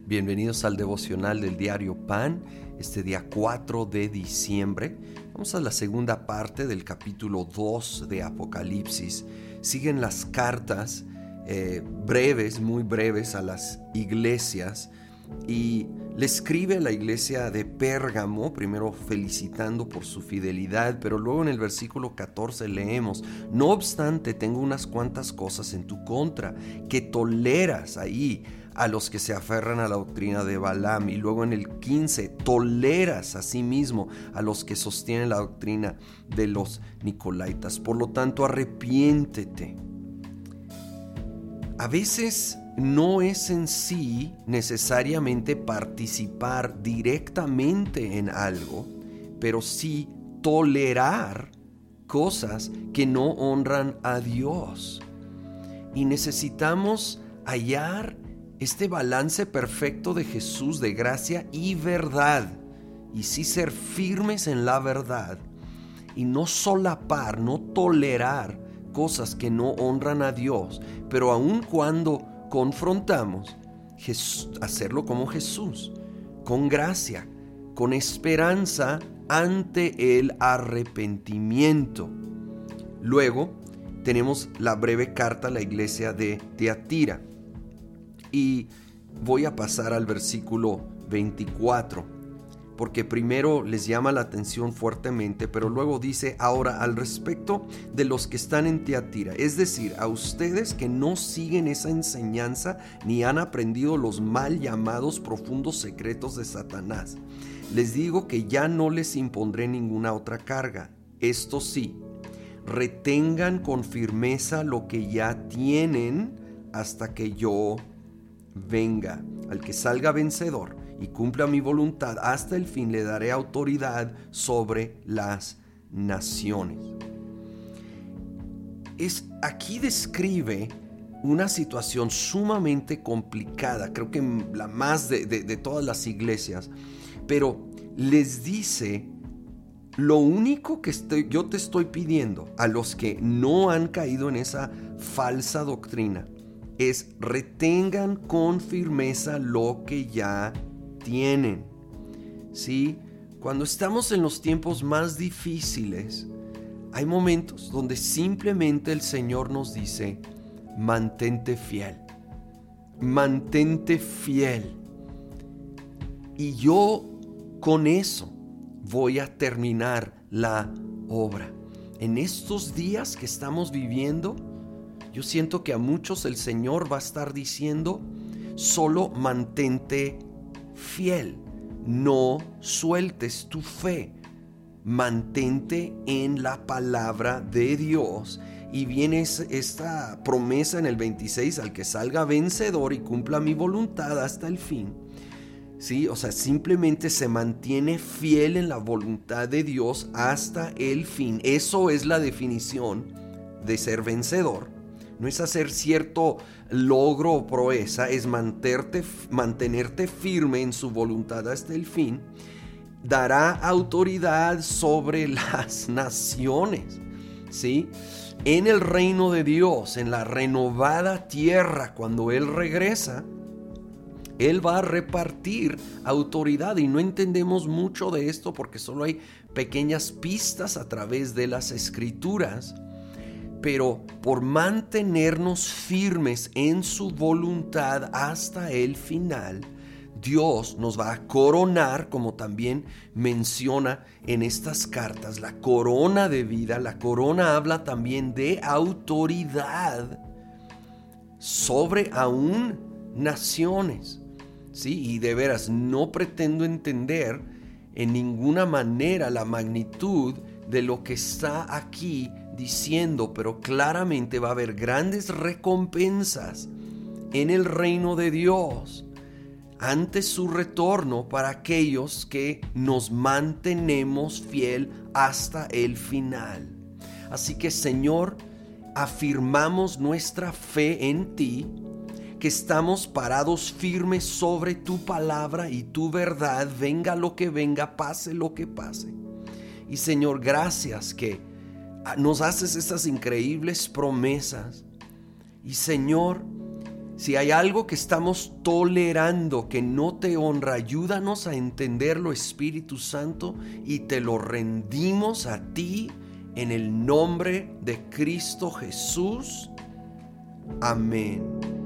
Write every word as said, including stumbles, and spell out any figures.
Bienvenidos al devocional del diario Pan, este día cuatro de diciembre. Vamos a la segunda parte del capítulo dos de Apocalipsis. Siguen las cartas eh, breves, muy breves a las iglesias, y le escribe a la iglesia de Pérgamo, primero felicitando por su fidelidad, pero luego en el versículo catorce leemos: no obstante, tengo unas cuantas cosas en tu contra, que toleras ahí a los que se aferran a la doctrina de Balaam. Y luego en el quince, toleras a sí mismo a los que sostienen la doctrina de los Nicolaitas. Por lo tanto, arrepiéntete. A veces no es en sí necesariamente participar directamente en algo, pero sí tolerar cosas que no honran a Dios. Y necesitamos hallar este balance perfecto de Jesús de gracia y verdad, y sí ser firmes en la verdad, y no solapar, no tolerar cosas que no honran a Dios, pero aun cuando confrontamos, Jesús, hacerlo como Jesús, con gracia, con esperanza ante el arrepentimiento. Luego tenemos la breve carta a la iglesia de Tiatira, y voy a pasar al versículo veinticuatro, porque primero les llama la atención fuertemente, pero luego dice: ahora, al respecto de los que están en Tiatira, es decir, a ustedes que no siguen esa enseñanza ni han aprendido los mal llamados profundos secretos de Satanás, les digo que ya no les impondré ninguna otra carga. Esto sí, retengan con firmeza lo que ya tienen hasta que yo venga. Al que salga vencedor y cumpla mi voluntad hasta el fin, le daré autoridad sobre las naciones. Es, aquí describe una situación sumamente complicada, creo que la más de, de, de todas las iglesias, pero les dice: lo único que estoy, yo te estoy pidiendo a los que no han caído en esa falsa doctrina es retengan con firmeza lo que ya tienen. ¿Sí? Cuando estamos en los tiempos más difíciles, hay momentos donde simplemente el Señor nos dice: mantente fiel, mantente fiel. Y yo con eso voy a terminar la obra. En estos días que estamos viviendo, yo siento que a muchos el Señor va a estar diciendo: solo mantente fiel, no sueltes tu fe, mantente en la palabra de Dios. Y viene esta promesa en el veintiséis: al que salga vencedor y cumpla mi voluntad hasta el fin. Sí, o sea, simplemente se mantiene fiel en la voluntad de Dios hasta el fin. Eso es la definición de ser vencedor. No es hacer cierto logro o proeza, es mantenerte, mantenerte firme en su voluntad hasta el fin. Dará autoridad sobre las naciones, ¿sí? En el reino de Dios, en la renovada tierra, cuando Él regresa, Él va a repartir autoridad, y no entendemos mucho de esto porque solo hay pequeñas pistas a través de las Escrituras. Pero por mantenernos firmes en su voluntad hasta el final, Dios nos va a coronar, como también menciona en estas cartas, la corona de vida. La corona habla también de autoridad sobre aún naciones. Sí, y de veras no pretendo entender en ninguna manera la magnitud de lo que está aquí diciendo, pero claramente va a haber grandes recompensas en el reino de Dios ante su retorno para aquellos que nos mantenemos fiel hasta el final. Así que, Señor, afirmamos nuestra fe en ti, que estamos parados firmes sobre tu palabra y tu verdad, venga lo que venga, pase lo que pase. Y Señor, gracias que nos haces estas increíbles promesas. Y Señor, Si hay algo que estamos tolerando que no te honra, ayúdanos a entenderlo, Espíritu Santo, y te lo rendimos a ti en el nombre de Cristo Jesús. Amén.